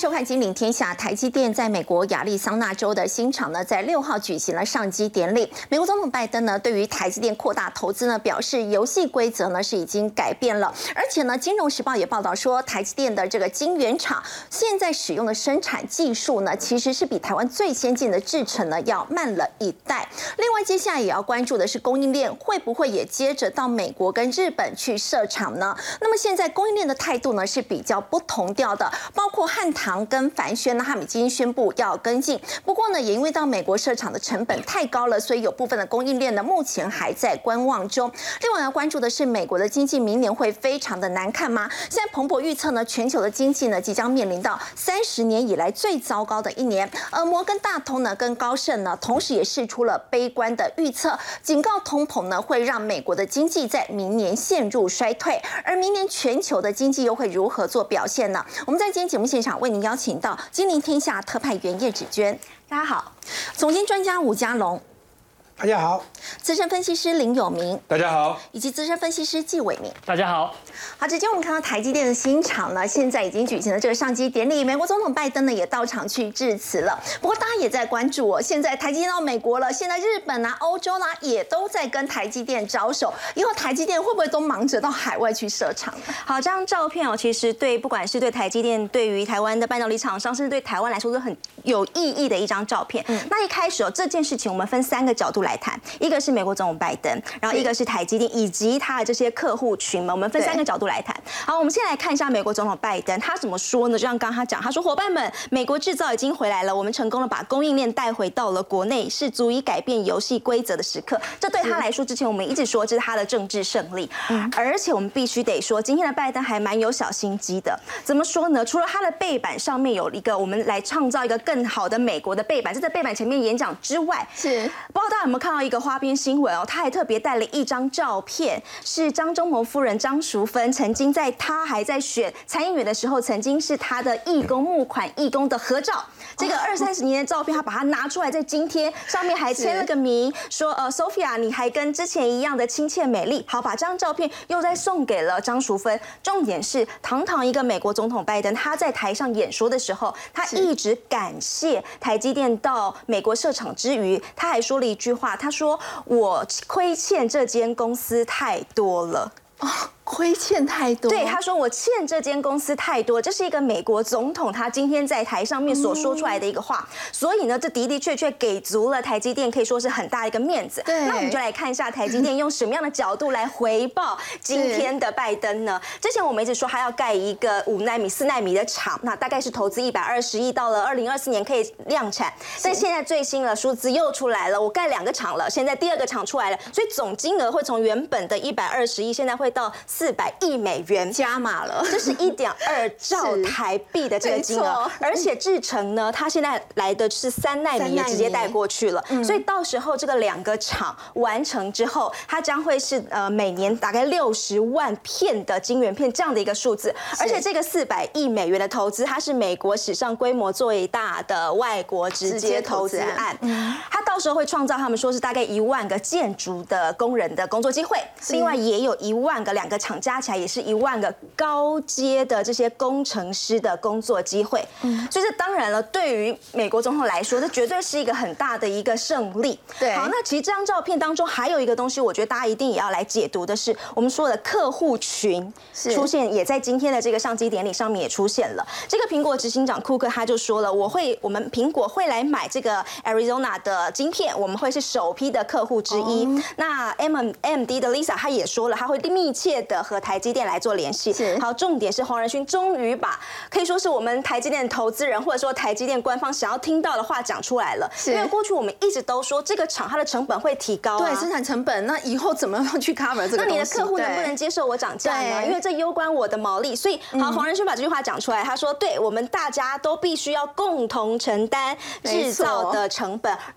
收看《金领天下》。台积电在美国亚利桑那州的新厂呢，在6号举行了上机典礼。美国总统拜登呢，对于台积电扩大投资呢，表示游戏规则呢是已经改变了。而且呢，《金融时报》也报道说，台积电的这个晶圆厂现在使用的生产技术呢，其实是比台湾最先进的制程呢要慢了一代。另外，接下来也要关注的是供应链会不会也接着到美国跟日本去设厂呢？那么现在供应链的态度呢是比较不同调的。包括汉唐跟凡轩呢，他们已经宣布要跟进。不过呢，也因为到美国设厂的成本太高了，所以有部分的供应链呢，目前还在观望中。另外要关注的是，美国的经济明年会非常的难看吗？现在彭博预测呢，全球的经济呢，即将面临到30年以来最糟糕的一年。而摩根大通呢，跟高盛呢，同时也释出了悲观的预测，警告通膨呢，会让美国的经济在明年陷入衰退。而明年全球的经济又会如何做表现呢？我们在今天节目现场为您邀请到《金领天下》特派员叶芷娟，大家好；总经专家吴家龙， 大家好； 资深分析师林有明， 大家好； 以及资深分析师纪伟明， 大家好。 好，直接我们看到台积电的新厂呢，现在已经举行了这个上机典礼，美国总统拜登呢也到场去致辞了。不过大家也在关注哦，现在台积电到美国了，现在日本啊、欧洲啦也都在跟台积电招手，以后台积电会不会都忙着到海外去设厂？ 好，这张照片哦，其实不管是对台积电，对于台湾的半导体厂商，甚至对台湾来说都很有意义的一张照片。那一开始哦，这件事情我们分3个角度来谈，一个是美国总统拜登，然后一个是台积电以及他的这些客户群们，我们分3个角度来谈。好，我们先来看一下美国总统拜登，他怎么说呢？就像刚刚他讲，他说：“伙伴们，美国制造已经回来了，我们成功的把供应链带回到了国内，是足以改变游戏规则的时刻。”这对他来说，之前我们一直说这是他的政治胜利，而且我们必须得说，今天的拜登还蛮有小心机的。怎么说呢？除了他的背板上面有一个我们来创造一个更好的美国的背板，在背板前面演讲之外，不知道大家有没有看到一个花边新闻哦？他还特别带了一张照片，是张忠谋夫人张淑芬曾经在他还在选参议员的时候，曾经是他的义工募款义工的合照。这个20-30年的照片，他把它拿出来，在今天上面还签了个名，说Sophia， 你还跟之前一样的亲切美丽。好，把这张照片又再送给了张淑芬。重点是，堂堂一个美国总统拜登，他在台上演说的时候，他一直感谢台积电到美国设厂之余，他还说了一句话，他说：“我亏欠这间公司太多了。” 亏欠太多， 对，他说我欠这间公司太多，这是一个美国总统他今天在台上面所说出来的一个话，所以呢，这的的确确给足了台积电可以说是很大的一个面子。 对， 那我们就来看一下台积电用什么样的角度来回报今天的拜登呢？之前我们一直说他要盖一个5奈米、4奈米的厂，那大概是投资120亿，到了2024年可以量产。但现在最新的数字又出来了，我盖2个厂了，现在第2个厂出来了，所以总金额会从原本的120亿，现在会到400亿美元， 加码了， 这是1.2兆台币的这个金额，而且制程呢，它现在来的是3奈米，也直接带过去了，所以到时候这个2个厂完成之后，它将会是每年大概60万片的晶圆片这样的一个数字，而且这个400亿美元的投资，它是美国史上规模最大的外国直接投资案，它到时候会创造他们说是大概1万个建筑的工人的工作机会，另外也有1万个2个厂加起来也是1万个高阶的这些工程师的工作机会，所以这当然了，对于美国总统来说，这绝对是一个很大的一个胜利。 对， 好，那其实这张照片当中还有一个东西，我觉得大家一定也要来解读的是，我们说的客户群出现，也在今天的这个上机典礼上面也出现了。这个苹果执行长库克他就说了，我们苹果会来买这个 Arizona 的晶片，我们会是首批的客户之一。那 AMD 的 Lisa 他也说了，他会密切的和台积电来做联系。好，重点是黄仁勋终于把可以说是我们台积电的投资人或者说台积电官方想要听到的话讲出来了。因为过去我们一直都说这个厂它的成本会提高， 对，生产成本，那以后怎么样去 cover 这个东西？ 那你的客户能不能接受我涨价呢？因为这攸关我的毛利。所以好，黄仁勋把这句话讲出来，他说：“对我们大家都必须要共同承担制造的成本，而非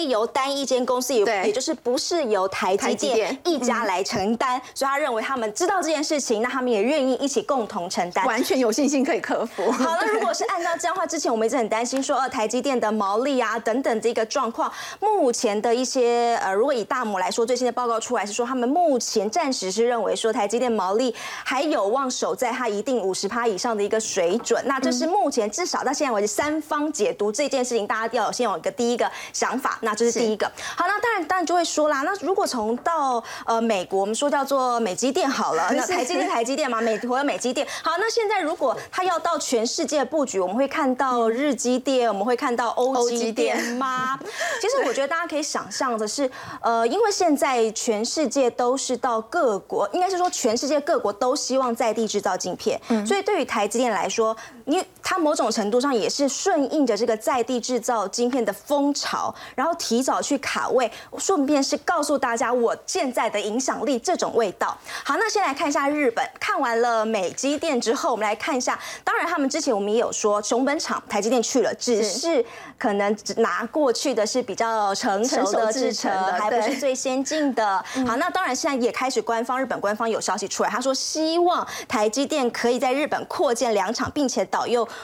非由单一间公司，也就是不是由台积电一家来承担，所以他认为他们知道这件事情，那他们也愿意一起共同承担， 完全有信心可以克服。 好，那如果是按照这样的话，之前我们一直很担心说，台积电的毛利啊等等这个状况，目前的一些如果以大摩来说，最新的报告出来是说，他们目前暂时是认为说台积电毛利还有望守在它一定50%以上的一个水准。那这是目前至少到现在为止三方解读这件事情，大家要先有一个第一个想法，那这是第一个。好，那当然就会说啦，那如果从到美国，我们说叫做美积电好了，那台积电嘛，美国的美积电。好，那现在如果它要到全世界布局，我们会看到日积电，我们会看到欧积电吗？其实我觉得大家可以想象的是，因为现在全世界都是到各国，应该是说全世界各国都希望在地制造晶片，所以对于台积电来说，它某种程度上也是顺应着这个在地制造晶片的风潮，然后提早去卡位，顺便是告诉大家我现在的影响力这种味道。好，那先来看一下日本，看完了美积电之后，我们来看一下，当然他们之前我们也有说熊本厂台积电去了，只是可能拿过去的是比较成熟的制程，还不是最先进的。好，那当然现在也开始日本官方有消息出来，他说希望台积电可以在日本扩建2厂，并且导用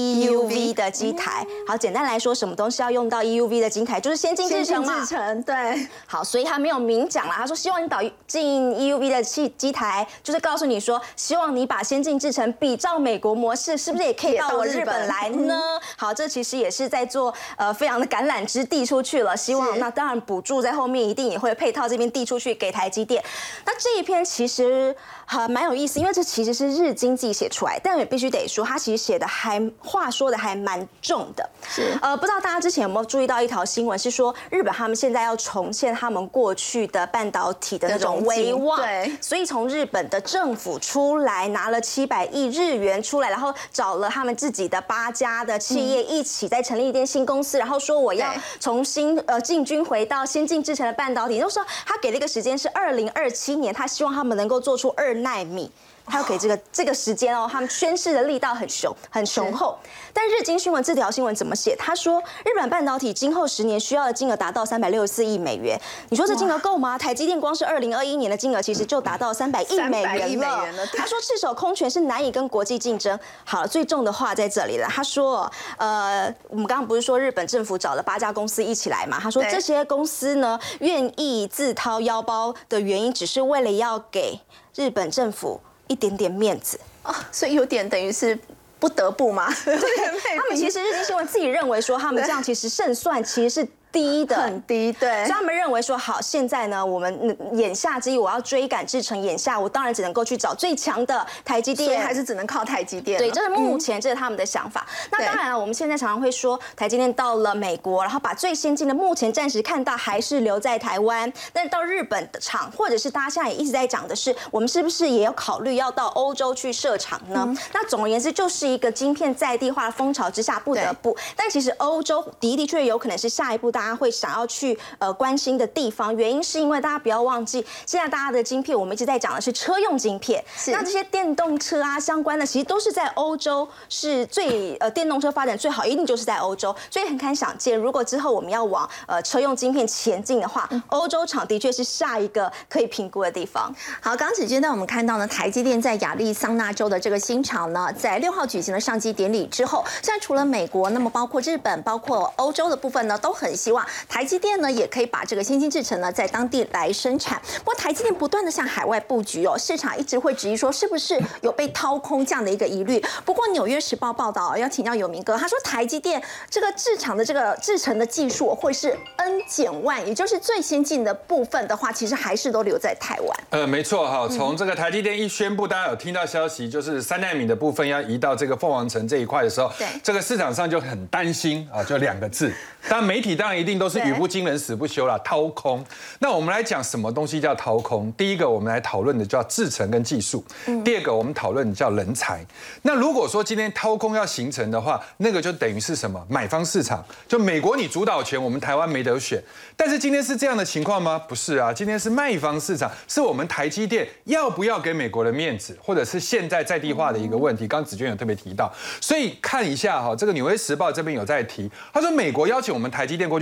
EUV 的机台。好，简单来说，什么东西要用到 EUV 的机台，就是先进制程嘛。 对。 好，所以他没有明讲啦，他说希望你导进 EUV 的机台，就是告诉你说，希望你把先进制程比照美国模式，是不是也可以到我日本来呢？好，这其实也是在做非常的橄榄枝递出去了，希望那当然补助在后面一定也会配套这边递出去给台积电。那这一篇其实蛮有意思，因为这其实是日经自己写出来，但也必须得说，他其实写的话说的还蛮重的。是不知道大家之前有没有注意到一条新闻，是说日本他们现在要重现他们过去的半导体的那种威望， 对， 所以从日本的政府出来拿了700亿日元出来，然后找了他们自己的8家的企业一起再成立一间新公司，然后说我要重新进军回到先进制程的半导体，就是说他给了一个时间是2027年，他希望他们能够做出2奈米。他要给这个时间哦，他们宣示的力道很雄厚。但日经新闻这条新闻怎么写？他说，日本半导体今后10年需要的金额达到364亿美元。你说这金额够吗？台积电光是2021年的金额其实就达到300亿美元了。他说赤手空拳是难以跟国际竞争。好了，最重的话在这里了。他说，我们刚刚不是说日本政府找了8家公司一起来嘛？他说这些公司呢愿意自掏腰包的原因，只是为了要给日本政府一点点面子所以有点等于是不得不嘛。 对，他们其实日经新闻自己认为说，他们这样其实胜算其实是低的， 很低，对， 所以他们认为说，好，现在呢，我们眼下之意，我要追赶制程，眼下我当然只能够去找最强的台积电， 所以还是只能靠台积电。 对，这是目前这是他们的想法。那当然了，我们现在常常会说，台积电到了美国，然后把最先进的目前暂时看到还是留在台湾，但是到日本的厂，或者是大家现在也一直在讲的是，我们是不是也要考虑要到欧洲去设厂呢？那总而言之，就是一个晶片在地化的风潮之下不得不，但其实欧洲的确有可能是下一步大家会想要去关心的地方，原因是因为大家不要忘记，现在大家的晶片我们一直在讲的是车用晶片，那这些电动车啊相关的，其实都是在欧洲是最电动车发展最好，一定就是在欧洲，所以很敢想见，如果之后我们要往车用晶片前进的话，欧洲厂的确是下一个可以评估的地方。 好，刚子娟呢，我们看到呢，台积电在亚利桑那州的这个新厂呢，在6号举行了上机典礼之后，现在除了美国，那么包括日本、包括欧洲的部分呢，都很希望台积电呢也可以把这个先进制程呢在当地来生产。不过台积电不断的向海外布局哦，市场一直会质疑说是不是有被掏空这样的一个疑虑。不过《纽约时报》报道要请教有明哥，他说台积电这个制厂的这个制程的技术会是 N-1，也就是最先进的部分的话，其实还是都留在台湾。 没错哈，从这个台积电一宣布，大家有听到消息，就是3奈米的部分要移到这个凤凰城这一块的时候，这个市场上就很担心啊，就2个字。当然媒体当然一定都是语不惊人死不休啦，掏空。那我们来讲什么东西叫掏空？第一个我们来讨论的叫制程跟技术，第二个我们讨论的叫人才。那如果说今天掏空要形成的话，那个就等于是什么？买方市场，就美国你主导权，我们台湾没得选。但是今天是这样的情况吗？不是啊，今天是卖方市场，是我们台积电要不要给美国的面子，或者是现在在地化的一个问题。刚刚子娟有特别提到，所以看一下哈，这个《纽约时报》这边有在提，他说美国邀请我们台积电过去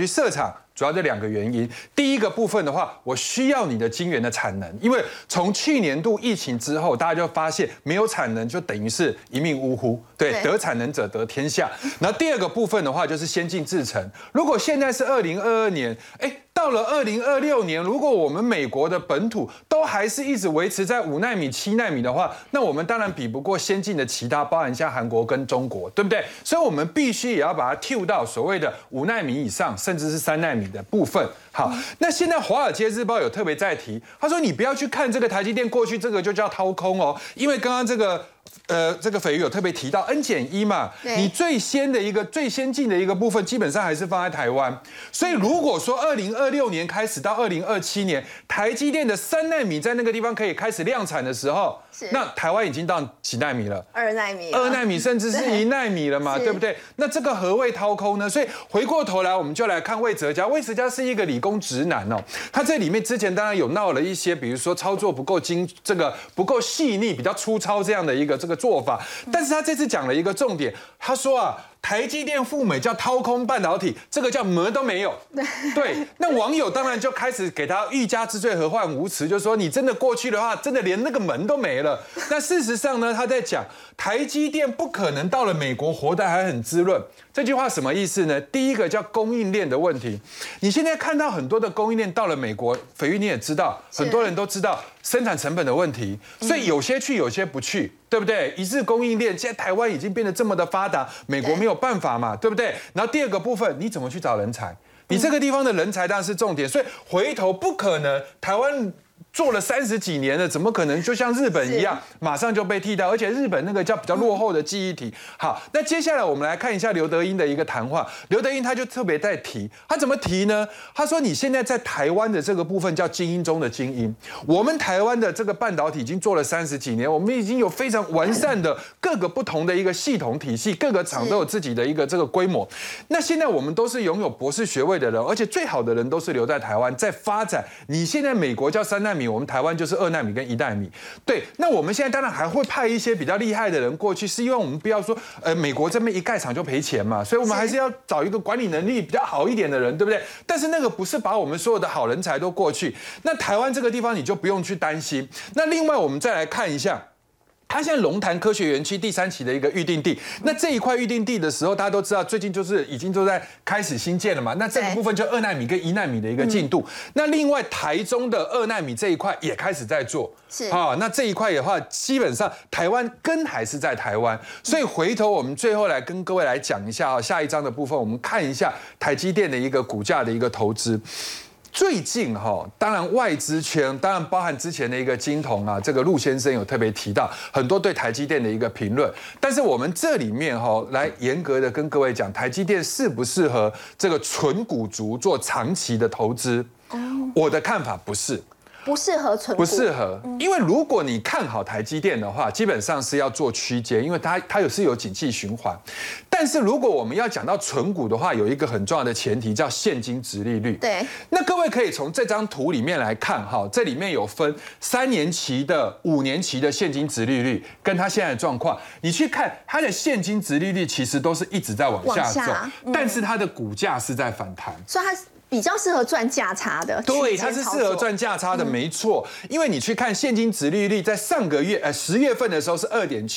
设厂。主要这2个原因，第一个部分的话，我需要你的晶圆的产能，因为从去年度疫情之后，大家就发现没有产能就等于是一命呜呼，对，得产能者得天下。然后第二个部分的话，就是先进制程。如果现在是2022年，到了2026年，如果我们美国的本土都还是一直维持在5奈米、7奈米的话，那我们当然比不过先进的其他，包含像韩国跟中国，对不对？所以我们必须也要把它 Q 到所谓的5奈米以上，甚至是3奈米的部分。好，那现在《华尔街日报》有特别在提，他说你不要去看这个台积电过去这个就叫掏空哦，因为刚刚这个斐瑜有特别提到 N-1嘛，你最先进的一个部分，基本上还是放在台湾。所以如果说2026年开始到2027年，台积电的3奈米在那个地方可以开始量产的时候，那台湾已经到几奈米了 ？2奈米 ，2奈米甚至是1奈米了嘛，对不对？那这个何谓掏空呢？所以回过头来，我们就来看魏哲家。魏哲家是一个理工直男哦，他这里面之前当然有闹了一些，比如说操作不够不够细腻，比较粗糙这样的一个做法，但是他这次讲了一个重点，他说啊，台积电赴美叫掏空半导体，这个叫门都没有。对，那网友当然就开始给他欲加之罪何患无辞，就说你真的过去的话，真的连那个门都没了。那事实上呢，他在讲台积电不可能到了美国活得还很滋润。这句话什么意思呢？第一个叫供应链的问题，你现在看到很多的供应链到了美国，斐瑜你也知道，很多人都知道生产成本的问题，所以有些去，有些不去，对不对？一日供应链，现在台湾已经变得这么的发达，美国没有办法嘛，对不对？然后第二个部分，你怎么去找人才？你这个地方的人才当然是重点，所以回头不可能台湾做了30几年了，怎么可能就像日本一样，马上就被替代？而且日本那个叫比较落后的记忆体。好，那接下来我们来看一下刘德音的一个谈话。刘德音他就特别在提，他怎么提呢？他说你现在在台湾的这个部分叫精英中的精英，我们台湾的这个半导体已经做了30几年，我们已经有非常完善的各个不同的一个系统体系，各个厂都有自己的一个这个规模。那现在我们都是拥有博士学位的人，而且最好的人都是留在台湾在发展。你现在美国叫3奈米。我们台湾就是2奈米跟1奈米，对。那我们现在当然还会派一些比较厉害的人过去，是因为我们不要说，美国这边一盖厂就赔钱嘛，所以我们还是要找一个管理能力比较好一点的人，对不对？但是那个不是把我们所有的好人才都过去，那台湾这个地方你就不用去担心。那另外我们再来看一下。它现在龙潭科学园区第3期的一个预定地，那这一块预定地的时候，大家都知道，最近就是已经都在开始新建了嘛。那这个部分就2奈米跟1奈米的一个进度。那另外台中的2奈米这一块也开始在做，是啊。那这一块的话，基本上台湾根还是在台湾，所以回头我们最后来跟各位来讲一下下一章的部分，我们看一下台积电的一个股价的一个投资。最近当然外资圈，当然包含之前的一个金童啊，这个陆先生有特别提到很多对台积电的一个评论。但是我们这里面来严格的跟各位讲，台积电适不适合这个纯股族做长期的投资？我的看法不是。 不适合存股， 不适合，因为如果你看好台积电的话，基本上是要做区间，因为它是有景气循环。但是如果我们要讲到存股的话，有一个很重要的前提叫现金殖利率。 对， 那各位可以从这张图里面来看，这里面有分3年期的、5年期的现金殖利率，跟它现在的状况，你去看它的现金殖利率其实都是一直在往下走，但是它的股价是在反弹， 所以它比较适合赚价差的， 对，它是适合赚价差的，没错。因为你去看现金殖利率，在上个月10月份的时候是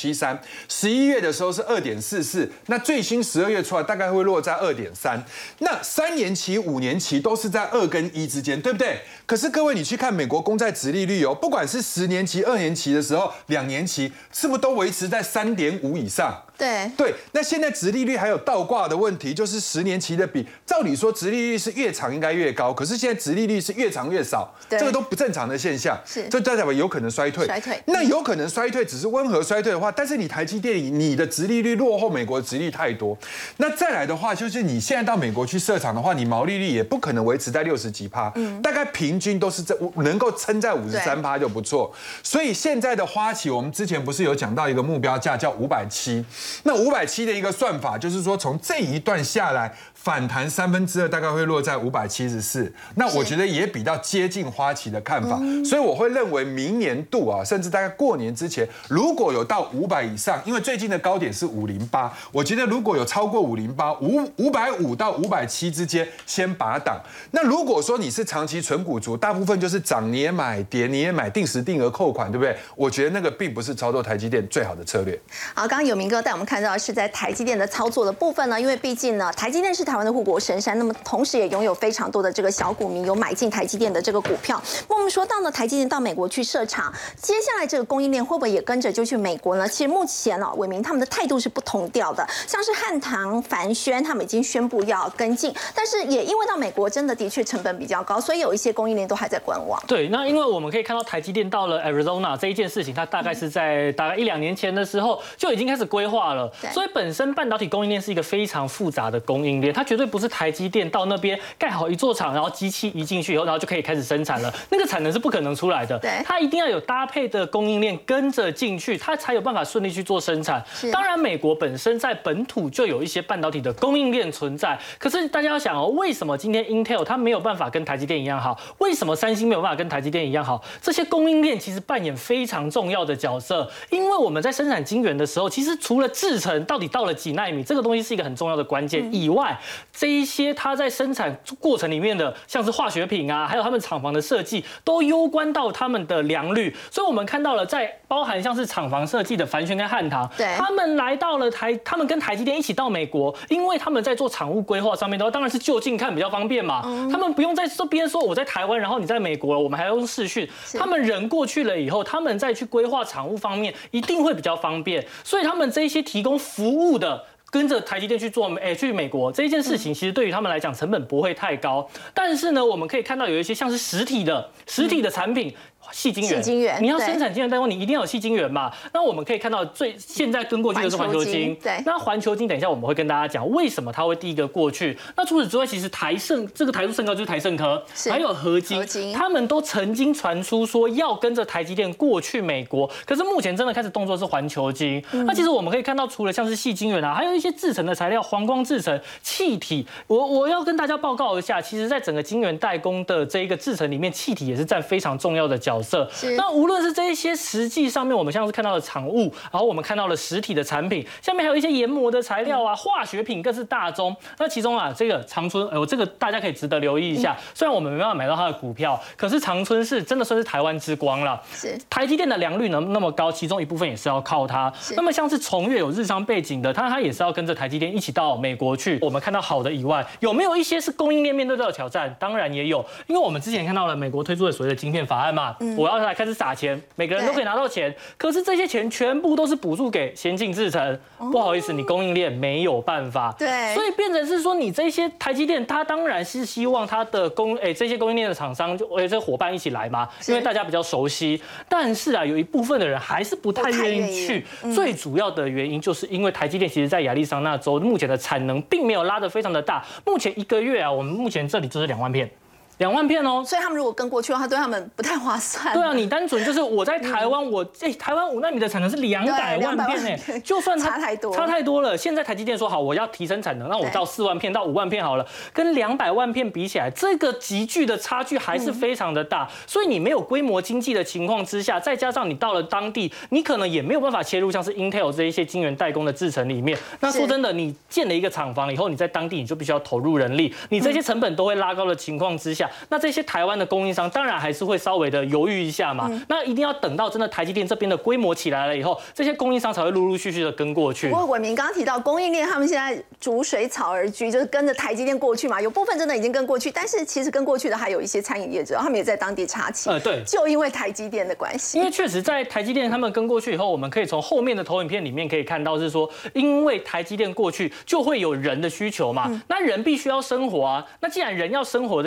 2.73，11月的时候是2.44，那最新12月出来大概会落在2.3。那3年期、5年期都是在2跟1之间，对不对？可是各位，你去看美国公债殖利率不管是10年期、2年期的时候，2年期是不是都维持在3.5以上？对，那现在殖利率还有倒挂的问题，就是10年期的比，照理说殖利率是越长应该越高，可是现在殖利率是越长越少，这个都不正常的现象，这代表有可能衰退。那有可能衰退，只是温和衰退的话，但是你台积电你的殖利率落后美国的殖利率太多。那再来的话，就是你现在到美国去设厂的话，你毛利率也不可能维持在60几%，大概该平均都是能够撑在53%就不错。所以现在的花旗，我们之前不是有讲到一个目标价叫570，那570的一个算法就是说，从这一段下来反弹2/3，大概会落在574。那我觉得也比较接近花旗的看法，所以我会认为明年度啊，甚至大概过年之前，如果有到500以上，因为最近的高点是508，我觉得如果有超过505到570之间，先拔档。那如果说你是长期存股族，大部分就是涨你也买，跌你也买，定时定额扣款，对不对？我觉得那个并不是操作台积电最好的策略。 好，刚刚有明哥带我们看到的是在台积电的操作的部分呢，因为毕竟呢，台积电是台湾的护国神山，那么同时也拥有非常多的这个小股民有买进台积电的这个股票。那我们说到呢，台积电到美国去设厂，接下来这个供应链会不会也跟着就去美国呢？其实目前哦，伟明他们的态度是不同调的，像是汉唐、凡轩他们已经宣布要跟进，但是也因为到美国真的确成本比较高，所以有一些供应链都还在观望。 对，那因为我们可以看到台积电到了 Arizona 这一件事情，它大概是在大概1-2年前的时候就已经开始规划了，所以本身半导体供应链是一个非常复杂的供应链，它绝对不是台积电到那边盖好一座厂，然后机器移进去以后，然后就可以开始生产了，那个产能是不可能出来的，它一定要有搭配的供应链跟着进去，它才有办法顺利去做生产。当然，美国本身在本土就有一些半导体的供应链存在，可是大家要想哦，为什么今天 Intel 它没有办法跟台积电一样好？为什么三星没有办法跟台积电一样好？这些供应链其实扮演非常重要的角色，因为我们在生产晶圆的时候，其实除了制程到底到了几奈米这个东西是一个很重要的关键以外，这一些它在生产过程里面的，像是化学品啊，还有他们厂房的设计，都攸关到他们的良率。所以我们看到了，在包含像是厂房设计的凡轩跟汉唐，他们来到了他们跟台积电一起到美国，因为他们在做厂务规划上面的话，当然是就近看比较方便嘛。他们不用在这边说我在台湾，然后你在美国，我们还要用视讯。他们人过去了以后，他们再去规划厂务方面一定会比较方便。所以他们这一些提供服务的，跟着台积电去做，去美国这一件事情，其实对于他们来讲成本不会太高。但是呢，我们可以看到有一些像是实体的产品。矽晶圆，你要生产晶圆代工，你一定要有矽晶圆嘛。那我们可以看到现在跟过去的是环球晶，那环球晶等一下我们会跟大家讲为什么它会第一个过去。那除此之外，其实这个台塑盛高就是台盛科，还有合晶，他们都曾经传出说要跟着台积电过去美国，可是目前真的开始动作是环球晶。那其实我们可以看到，除了像是矽晶圆啊，还有一些制成的材料，黄光制成、气体。我要跟大家报告一下，其实在整个晶圆代工的这一个制程里面，气体也是占非常重要的角色。那无论是这一些实际上面我们像是看到的产物，然后我们看到了实体的产品，下面还有一些研磨的材料啊，化学品更是大宗。那其中啊，这个长春，这个大家可以值得留意一下。虽然我们没办法买到它的股票，可是长春是真的算是台湾之光了。台积电的良率那么高，其中一部分也是要靠它。那么像是崇越有日商背景的，它也是要跟着台积电一起到美国去。我们看到好的以外，有没有一些是供应链面对到的挑战？当然也有，因为我们之前看到了美国推出的所谓的晶片法案嘛，我要来开始撒钱，每个人都可以拿到钱，可是这些钱全部都是补助给先进制程，不好意思，你供应链没有办法，所以变成是说，你这些台积电，它当然是希望它的这些供应链的厂商这些伙伴一起来嘛，因为大家比较熟悉，但是啊，有一部分的人还是不太愿意去，最主要的原因就是因为台积电其实在亚利桑那州目前的产能并没有拉得非常的大，目前一个月啊，我们目前这里就是2万片。2万片哦， 所以他们如果跟过去的话，对他们不太划算。 对啊，你单纯就是我在台湾，台湾5奈米的产能是200万片哎，就算差太多了。现在台积电说好，我要提升产能，让我到4万片到5万片好了，跟200万片比起来，这个急剧的差距还是非常的大。所以你没有规模经济的情况之下，再加上你到了当地，你可能也没有办法切入像是 Intel 这一些晶圆代工的制程里面。那说真的，你建了一个厂房以后，你在当地你就必须要投入人力，你这些成本都会拉高的情况之下。那这些台湾的供应商当然还是会稍微的犹豫一下嘛，那一定要等到真的台积电这边的规模起来了以后，这些供应商才会陆陆续续的跟过去。 不过伟明刚刚提到供应链，他们现在逐水草而居，就是跟着台积电过去嘛，有部分真的已经跟过去，但是其实跟过去的还有一些餐饮业者，他们也在当地插旗。 对， 就因为台积电的关系。 因为确实在台积电他们跟过去以后，我们可以从后面的投影片里面可以看到是说，因为台积电过去就会有人的需求嘛，那人必须要生活啊，那既然人要生活的情况之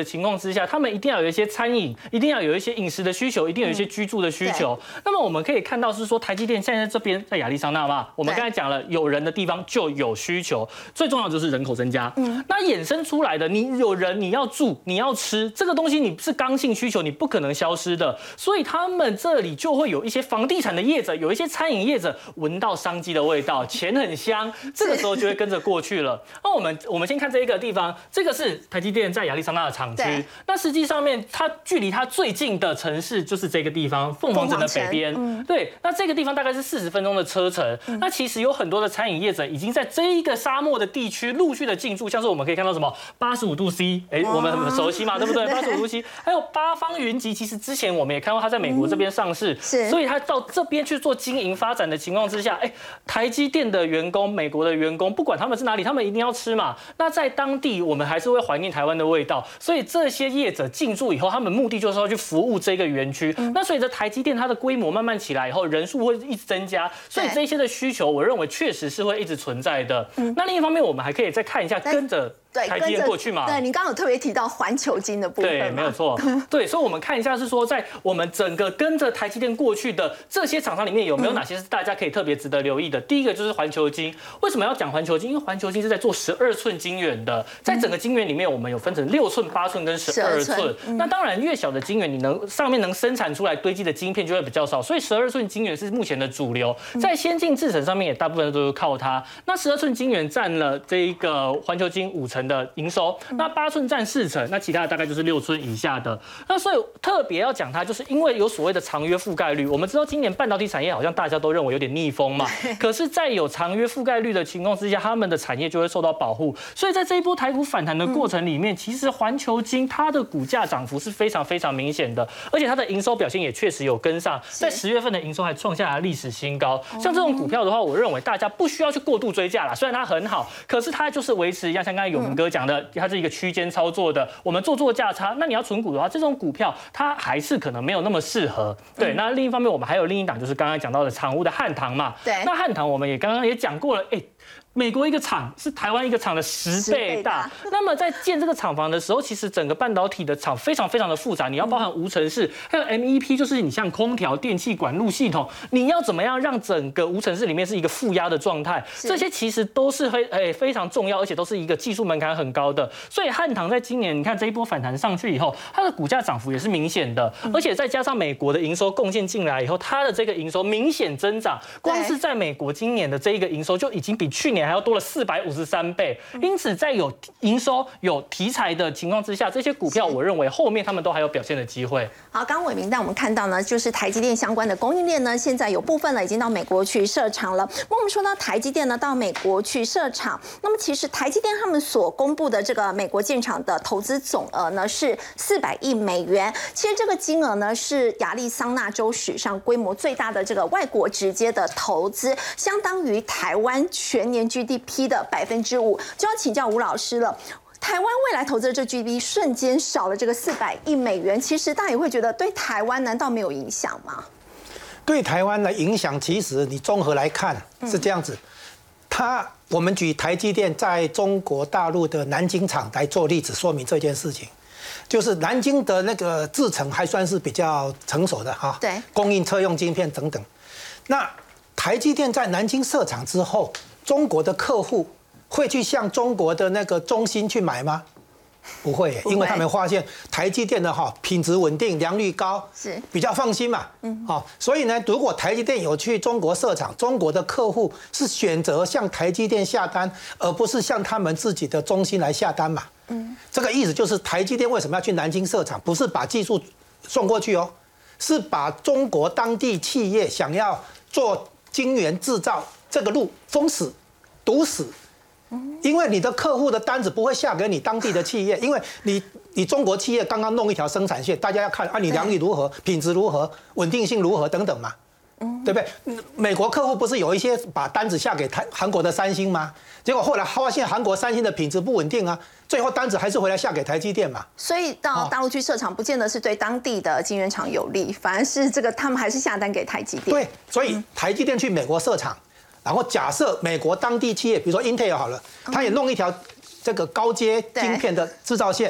之下，他们一定要有一些餐饮，一定要有一些饮食的需求，一定有一些居住的需求。那么我们可以看到是说，台积电现在这边在亚利桑那嘛，我们刚才讲了，有人的地方就有需求，最重要就是人口增加。那衍生出来的，你有人，你要住，你要吃，这个东西你是刚性需求，你不可能消失的。所以他们这里就会有一些房地产的业者，有一些餐饮业者闻到商机的味道，钱很香，这个时候就会跟着过去了。那我们先看这一个地方，这个是台积电在亚利桑那的厂区。那实际上面它距离它最近的城市就是这个地方，凤凰城的北边。对，那这个地方大概是40分钟的车程。那其实有很多的餐饮业者已经在这一个沙漠的地区陆续的进驻，像是我们可以看到什么85度 C， 我们很熟悉嘛，对不对？85度 C， 还有八方云集，其实之前我们也看到它在美国这边上市，所以它到这边去做经营发展的情况之下，台积电的员工、美国的员工，不管他们是哪里，他们一定要吃嘛。那在当地，我们还是会怀念台湾的味道，所以这些业者进驻以后，他们目的就是要去服务这个园区。那随着台积电它的规模慢慢起来以后，人数会一直增加，所以这些的需求，我认为确实是会一直存在的。那另一方面，我们还可以再看一下跟着台积电过去嘛？ 对，你刚刚有特别提到环球晶的部分， 对，没有错。对，所以我们看一下是说，在我们整个跟着台积电过去的这些厂商里面，有没有哪些是大家可以特别值得留意的？第一个就是环球晶。为什么要讲环球晶？因为环球晶是在做12寸晶圆的，在整个晶圆里面，我们有分成6寸、8寸跟12寸。那当然，越小的晶圆，你上面能生产出来堆积的晶片就会比较少，所以12寸晶圆是目前的主流。在先进制程上面，也大部分都是靠它。那12寸晶圆占了这一个环球晶50%的营收，那8寸占40%，那其他的大概就是6寸以下的。那所以特别要讲它，就是因为有所谓的长约覆盖率。我们知道今年半导体产业好像大家都认为有点逆风嘛，可是，在有长约覆盖率的情况之下，他们的产业就会受到保护。所以在这一波台股反弹的过程里面，其实环球晶它的股价涨幅是非常非常明显的，而且它的营收表现也确实有跟上，在10月份的营收还创下了历史新高。像这种股票的话，我认为大家不需要去过度追价啦，虽然它很好，可是它就是维持一样，像刚才永明哥讲的，它是一个区间操作的，我们做价差。那你要存股的话，这种股票它还是可能没有那么适合。对，那另一方面，我们还有另一档，就是刚刚讲到的产物的汉唐嘛。对，那汉唐我们也刚刚也讲过了，美国一个厂是台湾一个厂的10倍大。那么在建这个厂房的时候，其实整个半导体的厂非常非常的复杂，你要包含无尘室，还有 MEP， 就是你像空调、电气管路系统，你要怎么样让整个无尘室里面是一个负压的状态？这些其实都是非常重要，而且都是一个技术门槛很高的。所以汉唐在今年你看这一波反弹上去以后，它的股价涨幅也是明显的，而且再加上美国的营收贡献进来以后，它的这个营收明显增长，光是在美国今年的这一个营收就已经比去年还要多了453倍，因此在有营收、有题材的情况之下，这些股票我认为后面他们都还有表现的机会。 好，刚刚伟明带我们看到呢，就是台积电相关的供应链呢，现在有部分呢已经到美国去设厂了。那我们说到台积电呢到美国去设厂，那么其实台积电他们所公布的这个美国建厂的投资总额呢是400亿美元，其实这个金额呢是亚利桑那州史上规模最大的这个外国直接的投资，相当于台湾全年 GDP 的5%，就要请教吴老师了。台湾未来投资的这 GDP 瞬间少了这个400亿美元，其实大家也会觉得对台湾难道没有影响吗？ 对台湾的影响，其实你综合来看是这样子。我们举台积电在中国大陆的南京厂来做例子说明这件事情。就是南京的那个制程还算是比较成熟的哈，对，供应车用晶片等等。那台积电在南京设厂之后，中国的客户会去向中国的那个中芯去买吗？不会，因为他们发现台积电的品质稳定、良率高，是比较放心嘛。所以呢，如果台积电有去中国设厂，中国的客户是选择向台积电下单，而不是向他们自己的中芯来下单嘛。这个意思就是台积电为什么要去南京设厂？不是把技术送过去哦，是把中国当地企业想要做晶圆制造这个路封死、堵死。因为你的客户的单子不会下给你当地的企业，因为你中国企业刚刚弄一条生产线，大家要看你良率如何、品质如何、稳定性如何等等嘛，对不对？美国客户不是有一些把单子下给韩国的三星吗？结果后来发现韩国三星的品质不稳定啊，最后单子还是回来下给台积电嘛。所以到大陆去设厂，不见得是对当地的晶圆厂有利，反而是这个他们还是下单给台积电。 对，所以台积电去美国设厂。然后假设美国当地企业，比如说 Intel 好了，它也弄一条这个高阶晶片的制造线，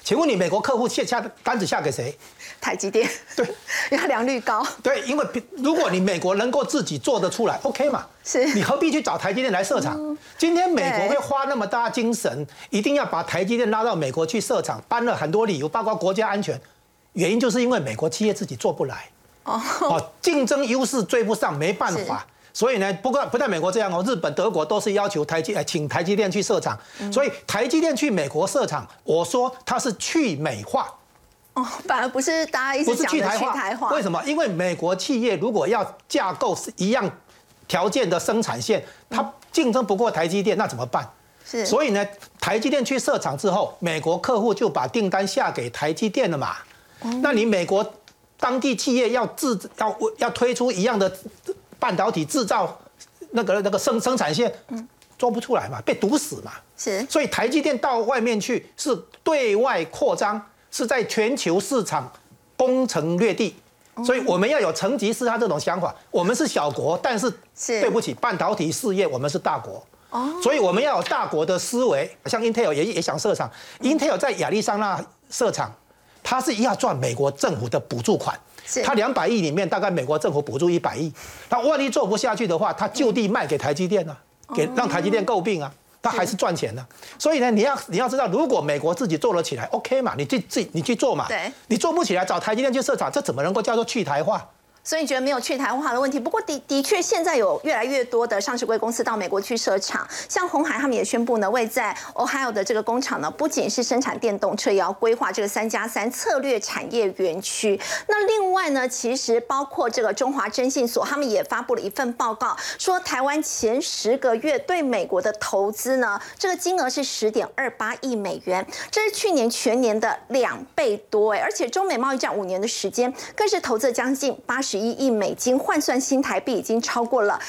请问你美国客户单子下给谁？ 台积电。 对， 因为它良率高。 对，因为如果你美国能够自己做得出来 ，OK 嘛？ 是。 你何必去找台积电来设厂？今天美国会花那么大精神，一定要把台积电拉到美国去设厂，搬了很多理由，包括国家安全，原因就是因为美国企业自己做不来。竞争优势追不上，没办法。所以呢，不但美国这样哦，日本、德国都是要求请台积电去设厂。所以台积电去美国设厂，我说它是去美化。 反而不是大家一直讲的去台化。 为什么？因为美国企业如果要架构是一样条件的生产线，它竞争不过台积电，那怎么办？ 是。 所以呢，台积电去设厂之后，美国客户就把订单下给台积电了嘛。那你美国当地企业要推出一样的半导体制造那个生产线，做不出来嘛，被堵死嘛。 是。 所以台积电到外面去是对外扩张，是在全球市场攻城略地。所以我们要有成吉思汗这种想法。我们是小国，但是对不起，半导体事业我们是大国。所以我们要有大国的思维。像 Intel 也想设厂，Intel 在亚利桑那设厂，它是要赚美国政府的补助款。它200亿里面大概美国政府补助100亿，那万一做不下去的话，它就地卖给台积电啊，让台积电诟病啊，它还是赚钱的。所以呢，你要知道，如果美国自己做了起来 ，OK 嘛，你去做嘛。 对。 你做不起来，找台积电去设厂，这怎么能够叫做去台化？ 所以你觉得没有去台化的问题？不过的确，现在有越来越多的上市柜公司到美国去设厂，像鸿海他们也宣布呢，位在 Ohio 的这个工厂呢，不仅是生产电动车，也要规划这个3+3策略产业园区。那另外呢，其实包括这个中华征信所，他们也发布了一份报告，说台湾前10个月对美国的投资呢，这个金额是10.28亿美元，这是去年全年的2倍多而且中美贸易战5年的时间，更是投资了将近81亿美金，换算新台币已经超过了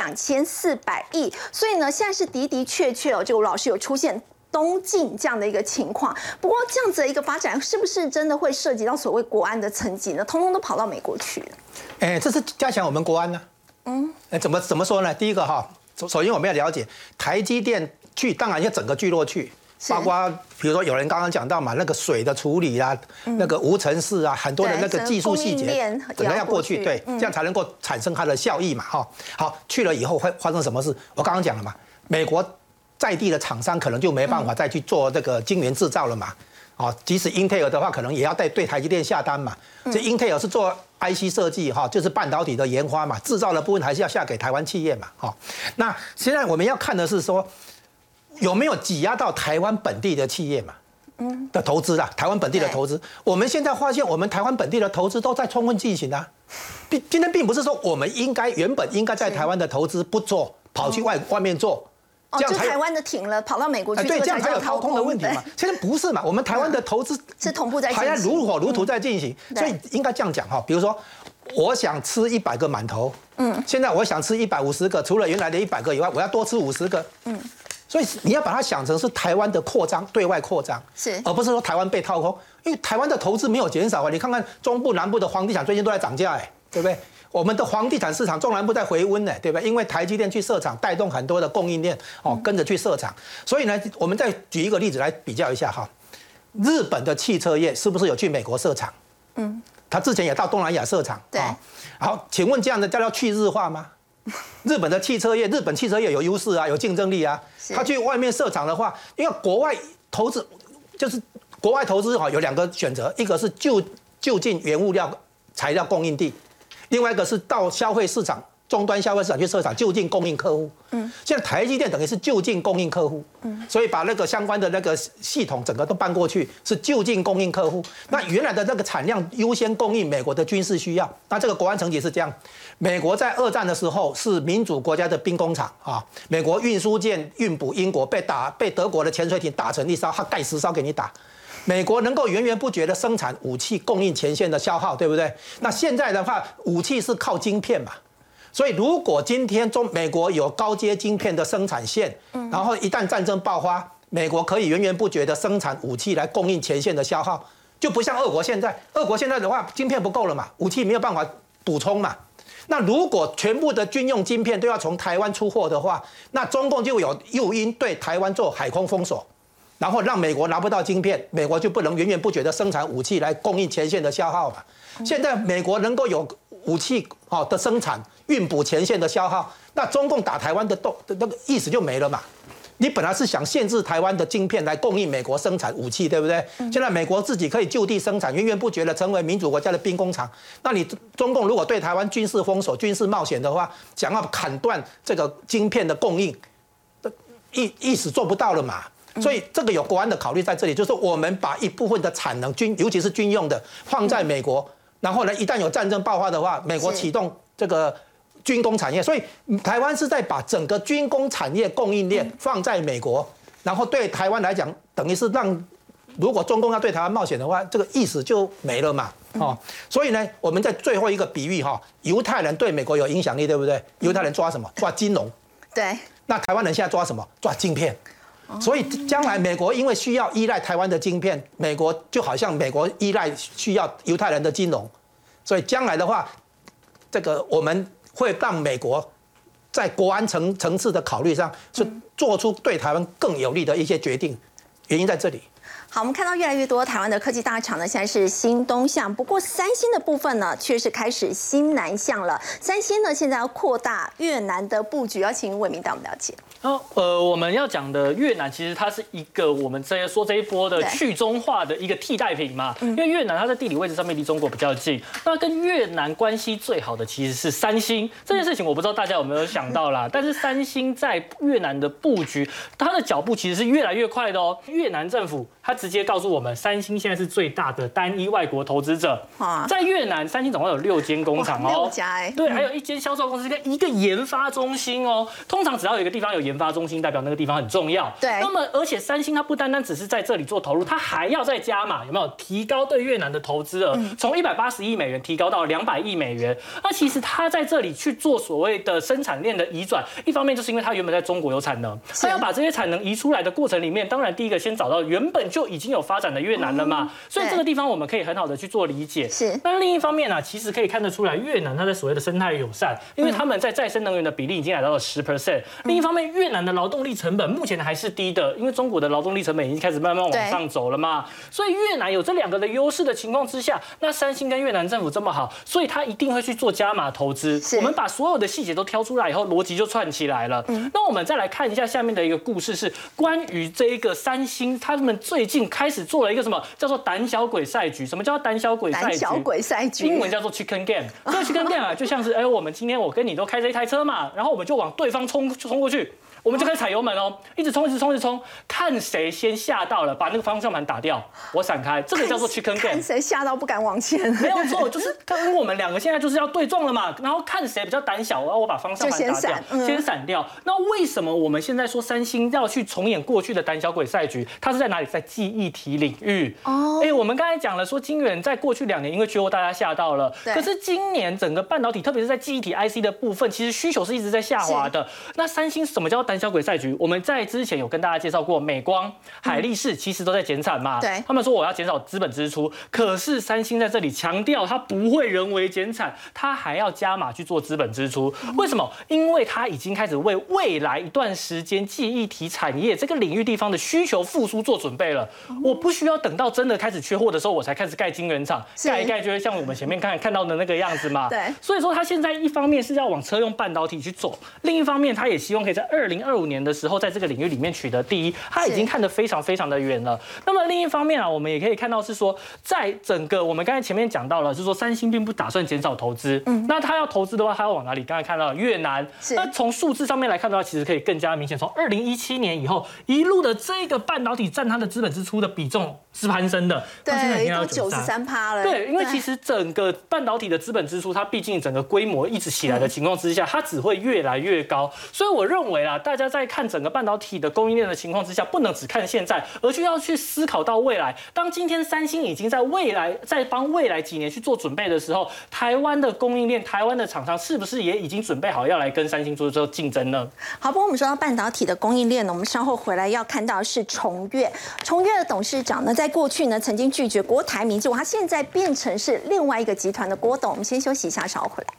2400亿。所以呢，现在是的确这个吴老师有出现东进这样的一个情况。不过这样子的一个发展，是不是真的会涉及到所谓国安的层级呢？通通都跑到美国去了。 这是加强我们国安呢。怎么说呢？第一个首先我们要了解台积电去，当然要整个聚落去。包括比如说有人刚刚讲到嘛，那个水的处理啊，那个无尘室啊，很多的那个技术细节，整个要过去，对，这样才能够产生它的效益嘛，好，去了以后会发生什么事？我刚刚讲了嘛，美国在地的厂商可能就没办法再去做这个晶圆制造了嘛，即使 Intel 的话，可能也要对台积电下单嘛。这 Intel 是做 IC 设计就是半导体的研发嘛，制造的部分还是要下给台湾企业嘛，那现在我们要看的是说，有没有挤压到台湾本地的企业嘛？的投资啊，台湾本地的投资，我们现在发现，我们台湾本地的投资都在充分进行啊。今天并不是说我们原本应该在台湾的投资不做，跑去外面做， 这样才台湾的停了，跑到美国去， 对，这样才有掏空的问题嘛。现在不是嘛？我们台湾的投资是同步在进行， 还在如火如荼在进行，所以应该这样讲比如说，我想吃100个馒头，现在我想吃150个，除了原来的100个以外，我要多吃50个，所以你要把它想成是台湾的扩张，对外扩张，而不是说台湾被掏空。因为台湾的投资没有减少你看看中部、南部的房地产最近都在涨价对不对？我们的房地产市场中南部在回温对不对？因为台积电去设厂，带动很多的供应链跟着去设厂。所以呢，我们再举一个例子来比较一下日本的汽车业是不是有去美国设厂？他之前也到东南亚设厂。 对。 好，请问这样的叫去日化吗？日本汽车业有优势啊，有竞争力啊。他去外面设厂的话，因为国外投资就是国外投资有2个选择，一个是就近原物料材料供应地，另外一个是到消费市场终端消费市场去设厂，就近供应客户。现在台积电等于是就近供应客户，所以把那个相关的那个系统整个都搬过去，是就近供应客户。那原来的那个产量优先供应美国的军事需要，那这个国安层级是这样。美国在2战的时候是民主国家的兵工厂美国运输舰运补英国被德国的潜水艇打成1艘，它盖10艘给你打。美国能够源源不绝的生产武器供应前线的消耗，对不对？那现在的话，武器是靠晶片嘛。所以，如果今天美国有高阶晶片的生产线，然后一旦战争爆发，美国可以源源不绝的生产武器来供应前线的消耗，就不像俄国现在的话，晶片不够了嘛，武器没有办法补充嘛。那如果全部的军用晶片都要从台湾出货的话，那中共就有诱因对台湾做海空封锁。 然后让美国拿不到晶片，美国就不能源源不绝的生产武器来供应前线的消耗嘛。现在美国能够有武器的生产，运补前线的消耗，那中共打台湾的那个意思就没了嘛。你本来是想限制台湾的晶片来供应美国生产武器，对不对？现在美国自己可以就地生产，源源不绝的成为民主国家的兵工厂。那你中共如果对台湾军事封锁、军事冒险的话，想要砍断这个晶片的供应，意思做不到了嘛。所以这个有国安的考虑在这里，就是我们把一部分的产能尤其是军用的放在美国，然后呢，一旦有战争爆发的话，美国启动这个军工产业，所以台湾是在把整个军工产业供应链放在美国，然后对台湾来讲，等于是如果中共要对台湾冒险的话，这个意思就没了嘛。所以呢，我们在最后一个比喻犹太人对美国有影响力，对不对？犹太人抓什么？抓金融。 对。 那台湾人现在抓什么？抓晶片。所以将来美国因为需要依赖台湾的晶片，美国就好像美国依赖需要犹太人的金融，所以将来的话，这个我们会让美国在国安层次的考虑上，是做出对台湾更有利的一些决定，原因在这里。 好，我们看到越来越多台湾的科技大厂呢，现在是新东向，不过三星的部分呢，却是开始新南向了。三星呢，现在要扩大越南的布局，要请伟明带我们了解。 我们要讲的越南，其实它是一个我们这一波的去中化的一个替代品嘛。因为越南它在地理位置上面离中国比较近，那跟越南关系最好的其实是三星。这件事情我不知道大家有没有想到啦，但是三星在越南的布局，它的脚步其实是越来越快的哦。越南政府它直接告诉我们，三星现在是最大的单一外国投资者。在越南，三星总共有6间工厂哦， 6家对，还有1间销售公司跟1个研发中心哦。通常只要有一个地方有研发中心，代表那个地方很重要。 对。 那么，而且三星它不单单只是在这里做投入，它还要再加码，有没有提高对越南的投资额？从180亿美元提高到200亿美元。那其实它在这里去做所谓的生产链的移转，一方面就是因为它原本在中国有产能，它要把这些产能移出来的过程里面，当然第一个先找到原本就已经有发展的越南了嘛，所以这个地方我们可以很好的去做理解。 是。 那另一方面呢，其实可以看得出来，越南它在所谓的生态友善，因为他们在再生能源的比例已经来到了10%。另一方面，越南的劳动力成本目前还是低的，因为中国的劳动力成本已经开始慢慢往上走了嘛，所以越南有这2个的优势的情况之下，那三星跟越南政府这么好，所以他一定会去做加码投资。我们把所有的细节都挑出来以后，逻辑就串起来了。那我们再来看一下下面的一个故事，是关于这一个三星，他们最近开始做了一个什么叫做胆小鬼赛局？什么叫胆小鬼赛局？ 胆小鬼赛局， 英文叫做 Chicken Game。这个 Chicken Game 啊，就像是我们今天我跟你都开着一台车嘛，然后我们就往对方冲过去。我们就开始踩油门哦，一直冲，看谁先吓到了，把那个方向盘打掉，我闪开，这个叫做 Chicken Game。 看谁吓到不敢往前。 没有错，就是跟我们2个现在就是要对撞了嘛，然后看谁比较胆小，然后我把方向盘打掉，先闪掉。那为什么我们现在说三星要去重演过去的胆小鬼赛局？它是在哪里？在记忆体领域。我们刚才讲了说，晶圆在过去2年因为缺货，大家吓到了。可是今年整个半导体，特别是在记忆体 IC 的部分，其实需求是一直在下滑的。那三星什么叫胆小鬼赛局？我们在之前有跟大家介绍过，美光、海力士其实都在减产嘛。 对， 他们说我要减少资本支出，可是三星在这里强调它不会人为减产，它还要加码去做资本支出。为什么？因为它已经开始为未来一段时间记忆体产业这个领域地方的需求复苏做准备了。我不需要等到真的开始缺货的时候，我才开始盖晶圆厂，盖一盖就会像我们前面看到的那个样子嘛。 对， 所以说它现在一方面是要往车用半导体去走，另一方面它也希望可以在2025年的时候，在这个领域里面取得第一，它已经看得非常非常的远了。那么另一方面啊，我们也可以看到是说，在整个我们刚才前面讲到了，就是说三星并不打算减少投资。那它要投资的话，它要往哪里？刚才看到越南。那从数字上面来看的话，其实可以更加明显。从2017年以后，一路的这个半导体占它的资本支出的比重是攀升的， 对， 到现在已经要 93%了。 对，因为其实整个半导体的资本支出，它毕竟整个规模一直起来的情况之下，它只会越来越高。所以我认为啦，大家在看整个半导体的供应链的情况之下，不能只看现在，而是要去思考到未来。当今天三星已经在帮未来几年去做准备的时候，台湾的供应链、台湾的厂商是不是也已经准备好要来跟三星做竞争呢？ 好，不过我们说到半导体的供应链呢，我们稍后回来要看到是崇越的董事长呢，在过去呢曾经拒绝郭台铭，结果他现在变成是另外一个集团的郭董。我们先休息一下，稍后回来。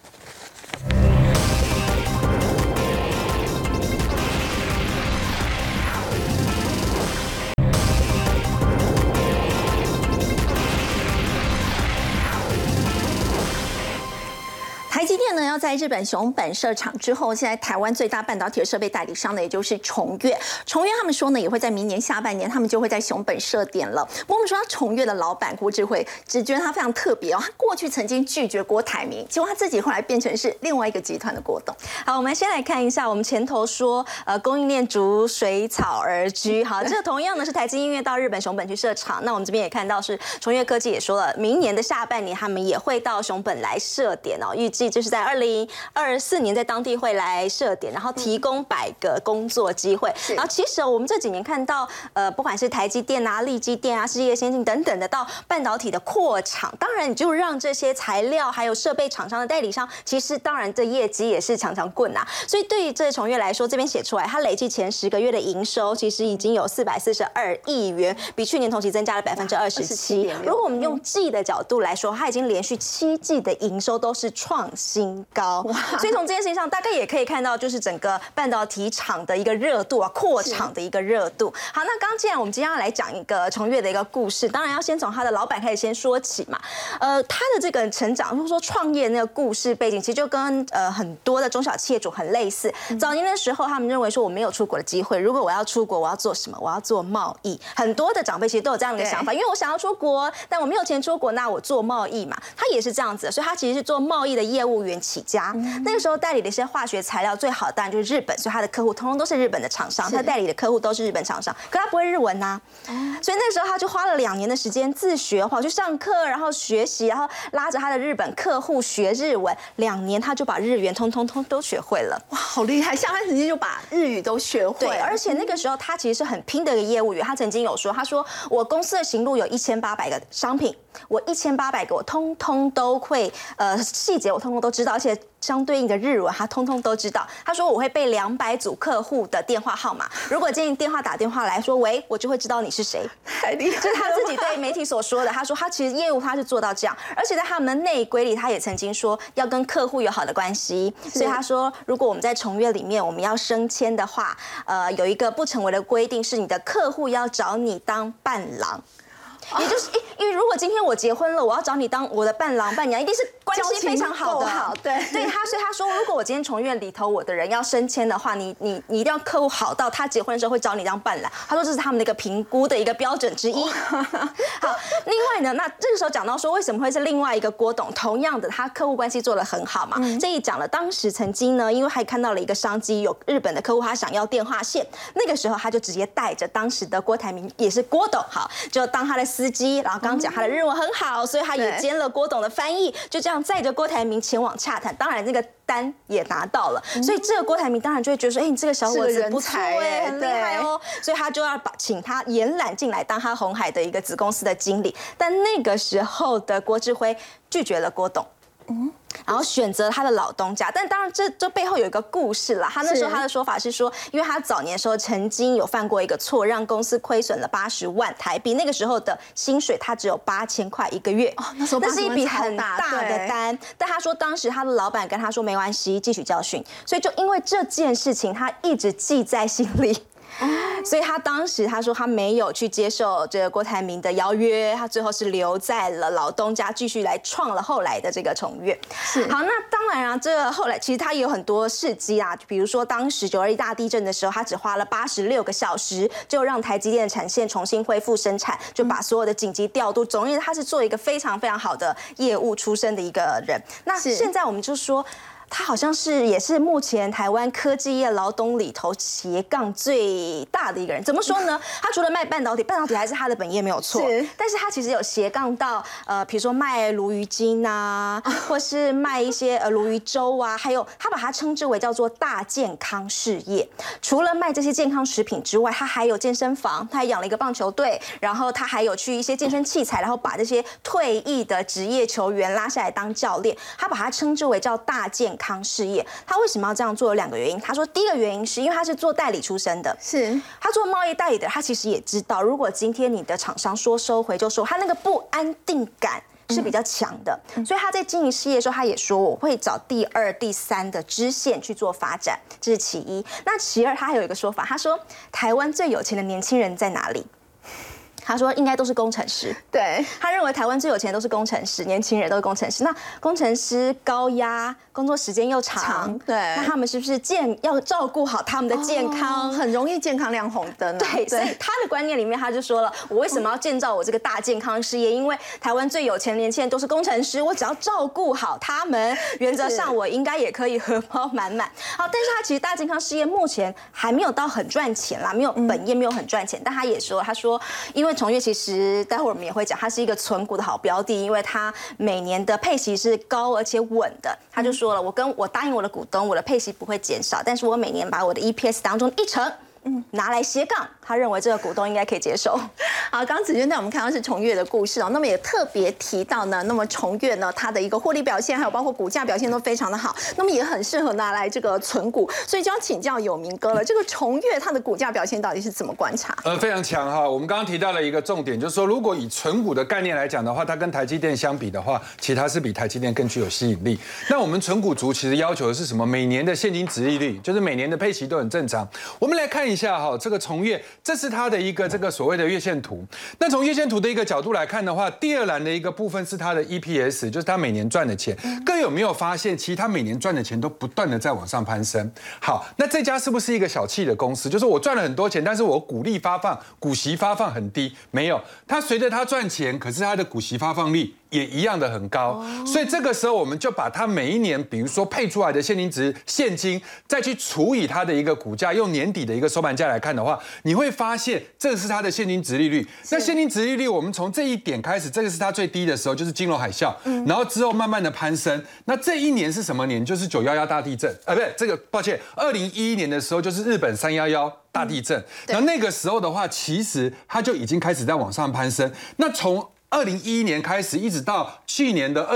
越呢要在日本熊本设厂之后，现在台湾最大半导体的设备代理商呢，也就是崇越。崇越他们说呢，也会在明年下半年，他们就会在熊本设点了。不过我们说，崇越的老板郭智慧，只觉得他非常特别哦。他过去曾经拒绝郭台铭，结果他自己后来变成是另外一个集团的郭董。 好，我们先来看一下，我们前头说，供应链逐水草而居。好，这个同样呢是台积音乐到日本熊本去设厂。那我们这边也看到是崇越科技也说了，明年的下半年他们也会到熊本来设点哦，预计就是在2024年在当地会来设点，然后提供100个工作机会。然后其实我们这几年看到，不管是台积电啊、力积电啊、世界先进等等的到半导体的扩厂，当然你就让这些材料还有设备厂商的代理商，其实当然这业绩也是强棍啊。所以对于这崇越来说，这边写出来，它累计前10个月的营收其实已经有442亿元，比去年同期增加了27%。如果我们用季的角度来说，它已经连续7季的营收都是创新高。所以从这件事情上，大概也可以看到，就是整个半导体厂的一个热度啊，扩厂的一个热度。好，那刚既然我们今天要来讲一个崇越的一个故事，当然要先从他的老板开始先说起嘛。他的这个成长，或者说创业那个故事背景，其实就跟很多的中小企业主很类似。早年的时候，他们认为说我没有出国的机会，如果我要出国，我要做什么？我要做贸易。很多的长辈其实都有这样的一个想法，因为我想要出国，但我没有钱出国，那我做贸易嘛。他也是这样子，所以他其实是做贸易的业务员起家。那个时候代理的一些化学材料最好当然就是日本，所以他的客户通通都是日本的厂商，他代理的客户都是日本厂商，可他不会日文呐，所以那时候他就花了2年的时间自学，跑去上课，然后学习，然后拉着他的日本客户学日文，2年他就把日元通都学会了。 哇，好厉害！下班时间就把日语都学会。 对，而且那个时候他其实是很拼的一个业务员，他曾经有说，他说我公司的行路有1800个商品，我1800个我通通都会，细节我通通都知道，而且相对应的日文他通通都知道。他说我会背200组客户的电话号码，如果今天电话打电话来说喂，我就会知道你是谁。 太厉害了！ 这是他自己对媒体所说的。他说他其实业务他是做到这样，而且在他们的内规里，他也曾经说要跟客户有好的关系。所以他说，如果我们在崇越里面我们要升迁的话，有一个不成文的规定是，你的客户要找你当伴郎。也就是因为如果今天我结婚了，我要找你当我的伴郎伴娘，一定是关系非常好的。 对， 所以他说，如果我今天崇越里头我的人要升迁的话，你一定要客户好到他结婚的时候会找你当伴郎。他说这是他们的一个评估的一个标准之一。好，另外呢，那这个时候讲到说为什么会是另外一个郭董，同样的他客户关系做得很好嘛。这一讲了，当时曾经呢，因为还看到了一个商机，有日本的客户他想要电话线，那个时候他就直接带着当时的郭台铭，也是郭董，好，就当他的司机，然后刚讲他的日文很好，所以他也兼了郭董的翻译，就这样载着郭台铭前往洽谈。当然那个单也拿到了，所以这个郭台铭当然就会觉得说，你这个小伙子不错很厉害哦，所以他就要请他延揽进来当他鸿海的一个子公司的经理。但那个时候的郭智辉拒绝了郭董。然后选择他的老东家，但当然这背后有一个故事啦。他那时候他的说法是说，因为他早年的时候曾经有犯过一个错，让公司亏损了80万台币。那个时候的薪水他只有8000块一个月， 那时候那是一笔很大的单。但他说当时他的老板跟他说没关系，继续教训。所以就因为这件事情，他一直记在心里。所以他当时他说他没有去接受这个郭台铭的邀约，他最后是留在了老东家，继续来创了后来的这个崇越。好，那当然啊，这个后来其实他也有很多事迹啊，比如说当时921大地震的时候，他只花了86个小时就让台积电的产线重新恢复生产，就把所有的紧急调度。总而言之，他是做一个非常非常好的业务出身的一个人。那现在我们就说，他好像也是目前台湾科技业老董里头斜杠最大的一个人。怎么说呢？他除了卖半导体，半导体还是他的本业没有错，但是他其实有斜杠到比如说卖鲈鱼精啊，或是卖一些鲈鱼粥啊，还有他把它称之为叫做大健康事业。除了卖这些健康食品之外，他还有健身房，他还养了一个棒球队，然后他还有去一些健身器材，然后把这些退役的职业球员拉下来当教练。他把它称之为叫大健康事业。他为什么要这样做？有2个原因。他说，第一个原因是因为他是做代理出身的， 是他做贸易代理的，他其实也知道，如果今天你的厂商说收回就收，他那个不安定感是比较强的。所以他在经营事业的时候，他也说我会找第2、第3的支线去做发展，这是其一。那其二，他还有一个说法，他说台湾最有钱的年轻人在哪里？ 他说应该都是工程师。 对， 他认为台湾最有钱的都是工程师，年轻人都是工程师。那工程师高压，工作时间又长， 对， 那他们是不是要照顾好他们的健康， 很容易健康亮红灯？ 对，所以他的观念里面他就说了，我为什么要建造我这个大健康事业？因为台湾最有钱的年轻人都是工程师，我只要照顾好他们，原则上我应该也可以荷包满满。好，但是他其实大健康事业目前还没有到很赚钱啦，没有本业没有很赚钱，但他也说，他说因为崇越其实待会儿我们也会讲，它是一个存股的好标的，因为它每年的配息是高而且稳的。他就说了，我答应我的股东，我的配息不会减少，但是我每年把我的 EPS 当中1成。拿来斜杠，他认为这个股东应该可以接受。 好，刚刚子娟带我们看到是崇越的故事哦，那么也特别提到呢，那么崇越呢，它的一个获利表现，还有包括股价表现都非常的好，那么也很适合拿来这个存股，所以就要请教有明哥了，这个崇越它的股价表现到底是怎么观察？ 非常强哈。我们刚刚提到了一个重点，就是说，如果以存股的概念来讲的话，它跟台积电相比的话，其实它是比台积电更具有吸引力。那我们存股族其实要求的是什么？每年的现金殖利率，就是每年的配息都很正常。我们来看一下哈，这个崇越，这是它的一个这个所谓的月线图。那从月线图的一个角度来看的话，第二栏的一个部分是它的 EPS， 就是它每年赚的钱。各位有没有发现，其实它每年赚的钱都不断的在往上攀升？好，那这家是不是一个小气的公司？就是我赚了很多钱，但是我股息发放很低，没有。它随着它赚钱，可是它的股息发放率也一样的很高。所以这个时候我们就把它每一年，比如说配出来的现金，再去除以它的一个股价，用年底的一个收盘价来看的话，你会发现这个是它的现金殖利率。那现金殖利率，我们从这一点开始，这个是它最低的时候，就是金融海啸，然后之后慢慢的攀升。那这一年是什么年？就是911大地震，不对，这个抱歉，2011年的时候就是日本311大地震。那个时候的话，其实它就已经开始在往上攀升。那从2011年开始，一直到去年的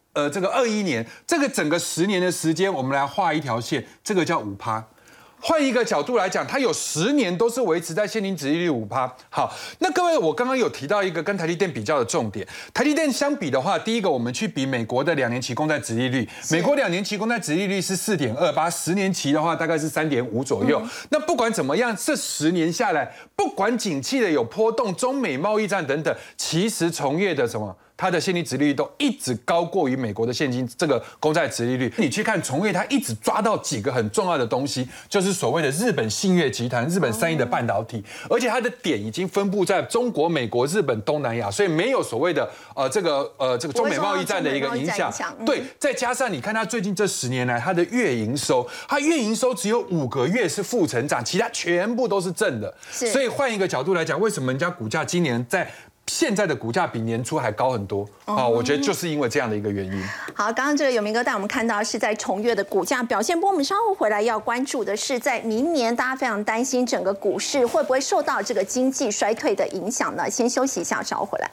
21年，这个整个10年的时间，我们来画一条线，这个叫5%。换一个角度来讲，它有10年都是维持在现金殖利率5%。好，那各位，我刚刚有提到一个跟台积电比较的重点。台积电相比的话，第一个我们去比美国的2年期公债殖利率，美国2年期公债殖利率是4.28，10年期的话大概是3.5左右。那不管怎么样，这10年下来，不管景气的有波动，中美贸易战等等，其实崇越的它的现金殖利率都一直高过于美国的现金这个公债殖利率。你去看崇越，它一直抓到几个很重要的东西，就是所谓的日本信越集团、日本3亿的半导体，而且它的点已经分布在中国、美国、日本、东南亚，所以没有所谓的这个中美贸易战的一个影响。对，再加上你看它最近这10年来它的月营收，它月营收只有5个月是负成长，其他全部都是正的。所以换一个角度来讲，为什么人家股价今年在现在的股价比年初还高很多啊！我觉得就是因为这样的一个原因。 好，刚刚这个有明哥带我们看到是在崇越的股价表现，不过我们稍后回来要关注的是，在明年大家非常担心整个股市会不会受到这个经济衰退的影响呢？先休息一下，稍后回来。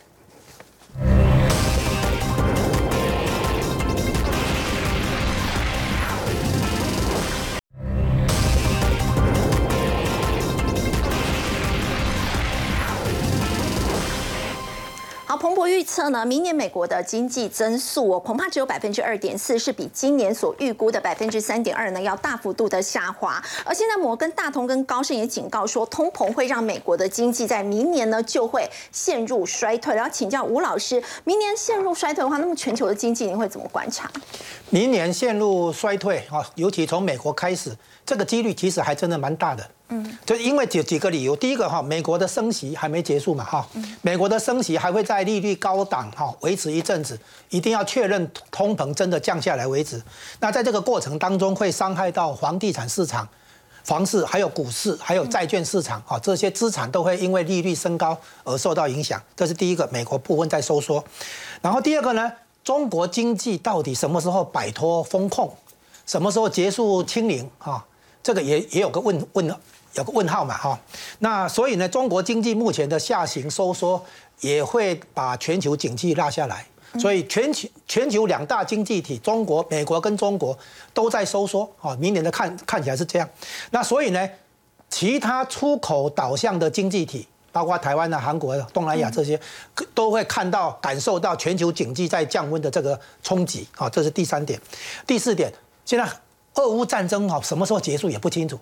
彭博预测呢，明年美国的经济增速恐怕只有2.4%，是比今年所预估的3.2%呢要大幅度的下滑。而现在摩根大通跟高盛也警告说，通膨会让美国的经济在明年呢就会陷入衰退。然后请教吴老师，明年陷入衰退的话，那么全球的经济您会怎么观察？ 明年陷入衰退啊，尤其从美国开始，这个几率其实还真的蛮大的。就因为几个理由，第一个美国的升息还没结束嘛美国的升息还会在利率高档维持一阵子，一定要确认通膨真的降下来为止。那在这个过程当中会伤害到房地产市场、房市、还有股市、还有债券市场这些资产都会因为利率升高而受到影响。这是第一个，美国部分在收缩。然后第二个呢，中国经济到底什么时候摆脱风控，什么时候结束清零这个也有个问号嘛那所以呢，中国经济目前的下行收缩也会把全球经济拉下来，所以全球2大经济体，美国跟中国都在收缩明年的看起来是这样。那所以呢，其他出口导向的经济体，包括台湾啊、韩国、东南亚这些，都会感受到全球经济在降温的这个冲击这是第3点。第4点，现在俄乌战争什么时候结束也不清楚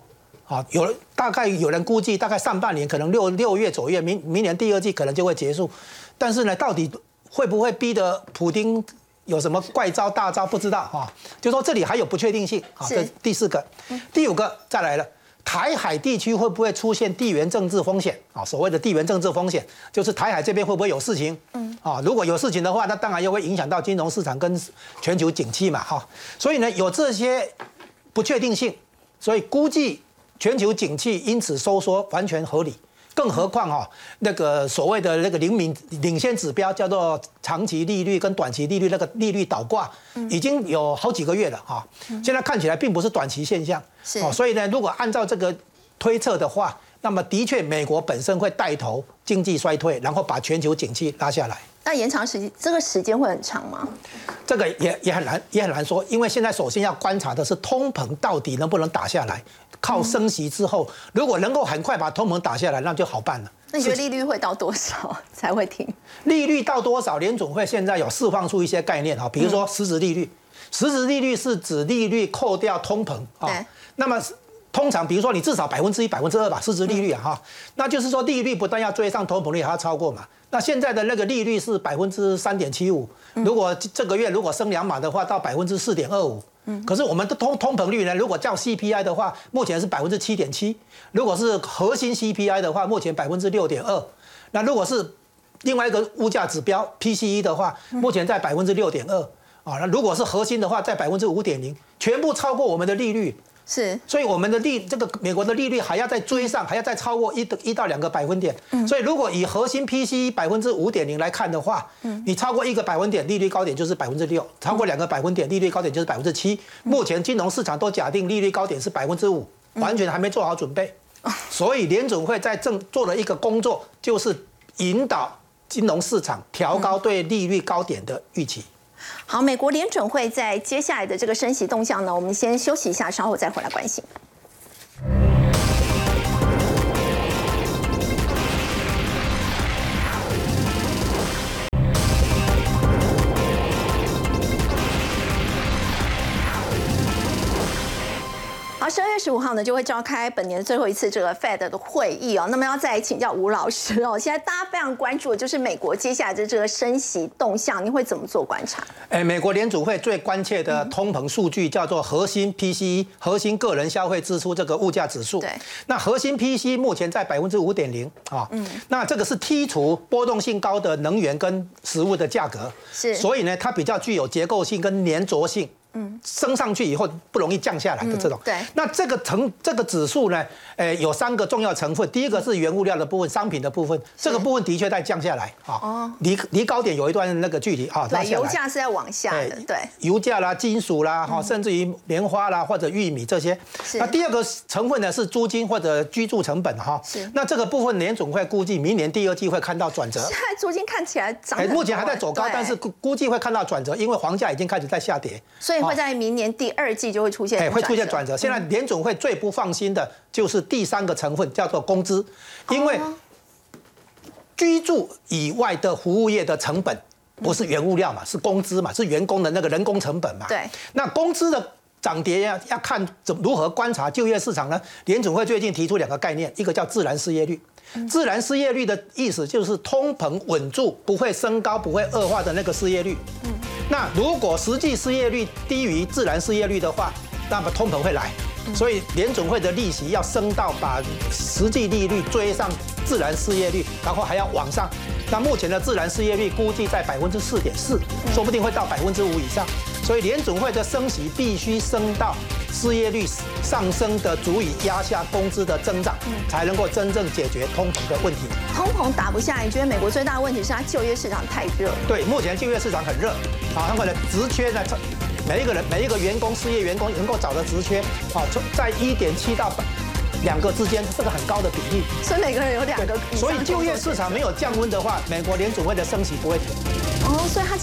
啊，大概有人估计，大概上半年可能六月左右，明年第2季可能就会结束。但是呢，到底会不会逼得普丁有什么怪招大招，不知道哈。就说这里还有不确定性啊。这第4个，第5个再来了。台海地区会不会出现地缘政治风险啊？所谓的地缘政治风险，就是台海这边会不会有事情？如果有事情的话，那当然又会影响到金融市场跟全球景气嘛，哈。所以呢，有这些不确定性，所以估计全球景气因此收缩完全合理。更何况那个所谓的那个领先指标叫做长期利率跟短期利率那个利率倒挂，已经有好几个月了哈。现在看起来并不是短期现象，所以呢，如果按照这个推测的话，那么的确美国本身会带头经济衰退，然后把全球景气拉下来。 那延长这个时间会很长吗？ 这个也很难说，因为现在首先要观察的是通膨到底能不能打下来。靠升息之后，如果能够很快把通膨打下来，那就好办了。 那你觉得利率会到多少才会停？ 利率到多少？联准会现在有释放出一些概念比如说实质利率，实质利率是指利率扣掉通膨啊。那么通常比如说你至少1%、2%吧，实质利率那就是说利率不但要追上通膨率，还要超过嘛。那现在的那个利率是3.75%，如果这个月如果升2码的话，到4.25%。可是我们的通膨率呢？如果叫 CPI 的话，目前是7.7%；如果是核心 CPI 的话，目前6.2%。那如果是另外一个物价指标 PCE 的话，目前在6.2%啊。那如果是核心的话，在5.0%，全部超过我们的利率。 是， 所以我们的这个美国的利率还要再追上，还要再超过1到2个百分点。所以如果以核心 PCE 5.0来看的话，你超过1个百分点，利率高点就是6%；超过2个百分点，利率高点就是7%。目前金融市场都假定利率高点是5%，完全还没做好准备。所以联准会在做了一个工作，就是引导金融市场调高对利率高点的预期。 好，美国联准会在接下来的这个升息动向呢，我们先休息一下，稍后再回来关心。好，12月15号呢就会召开本年的最后一次这个 Fed 的会议哦。那么要再请教吴老师哦，现在大家非常关注的就是美国接下来的这个升息动向，你会怎么做观察？ 美国联储会最关切的通膨数据叫做核心 PCE， 核心个人消费支出这个物价指数。对，那核心 PCE 目前在5.0%啊。那这个是剔除波动性高的能源跟食物的价格，所以呢，它比较具有结构性跟粘着性。升上去以后不容易降下来的这种。对。那这个指数呢，有3个重要成分。第一个是原物料的部分，商品的部分，这个部分的确在降下来离高点有一段那个距离对，油价是在往下的，对。 油价啦、金属啦，甚至于棉花啦或者玉米这些。那第2个成分呢是租金或者居住成本那这个部分联准会估计明年第2季会看到转折。 现在租金看起来涨很高，目前还在走高，但是估计会看到转折，因为黄价已经开始在下跌。 所以会在明年第2季就会出现， 会出现转折。现在联准会最不放心的就是第3个成分，叫做工资，因为居住以外的服务业的成本不是原物料嘛，是工资嘛，是员工的那个人工成本嘛。对。那工资的涨跌要看如何观察就业市场呢？联准会最近提出2个概念，一个叫自然失业率。自然失业率的意思就是通膨稳住，不会升高，不会恶化的那个失业率。那如果实际失业率低于自然失业率的话，那么通膨会来。所以联准会的利息要升到把实际利率追上自然失业率，然后还要往上。那目前的自然失业率估计在4.4%，说不定会到5%以上。所以联准会的升息必须升到失业率上升的足以压下工资的增长，才能够真正解决通膨的问题。 通膨打不下来，你觉得美国最大的问题是它就业市场太热？ 对，目前就业市场很热，他们的职缺呢，每一个员工失业员工能够找的职缺，在1.7到2个之间，这个很高的比例。 所以每个人有2个以上。 所以就业市场没有降温的话，美国联准会的升息不会停。 所以它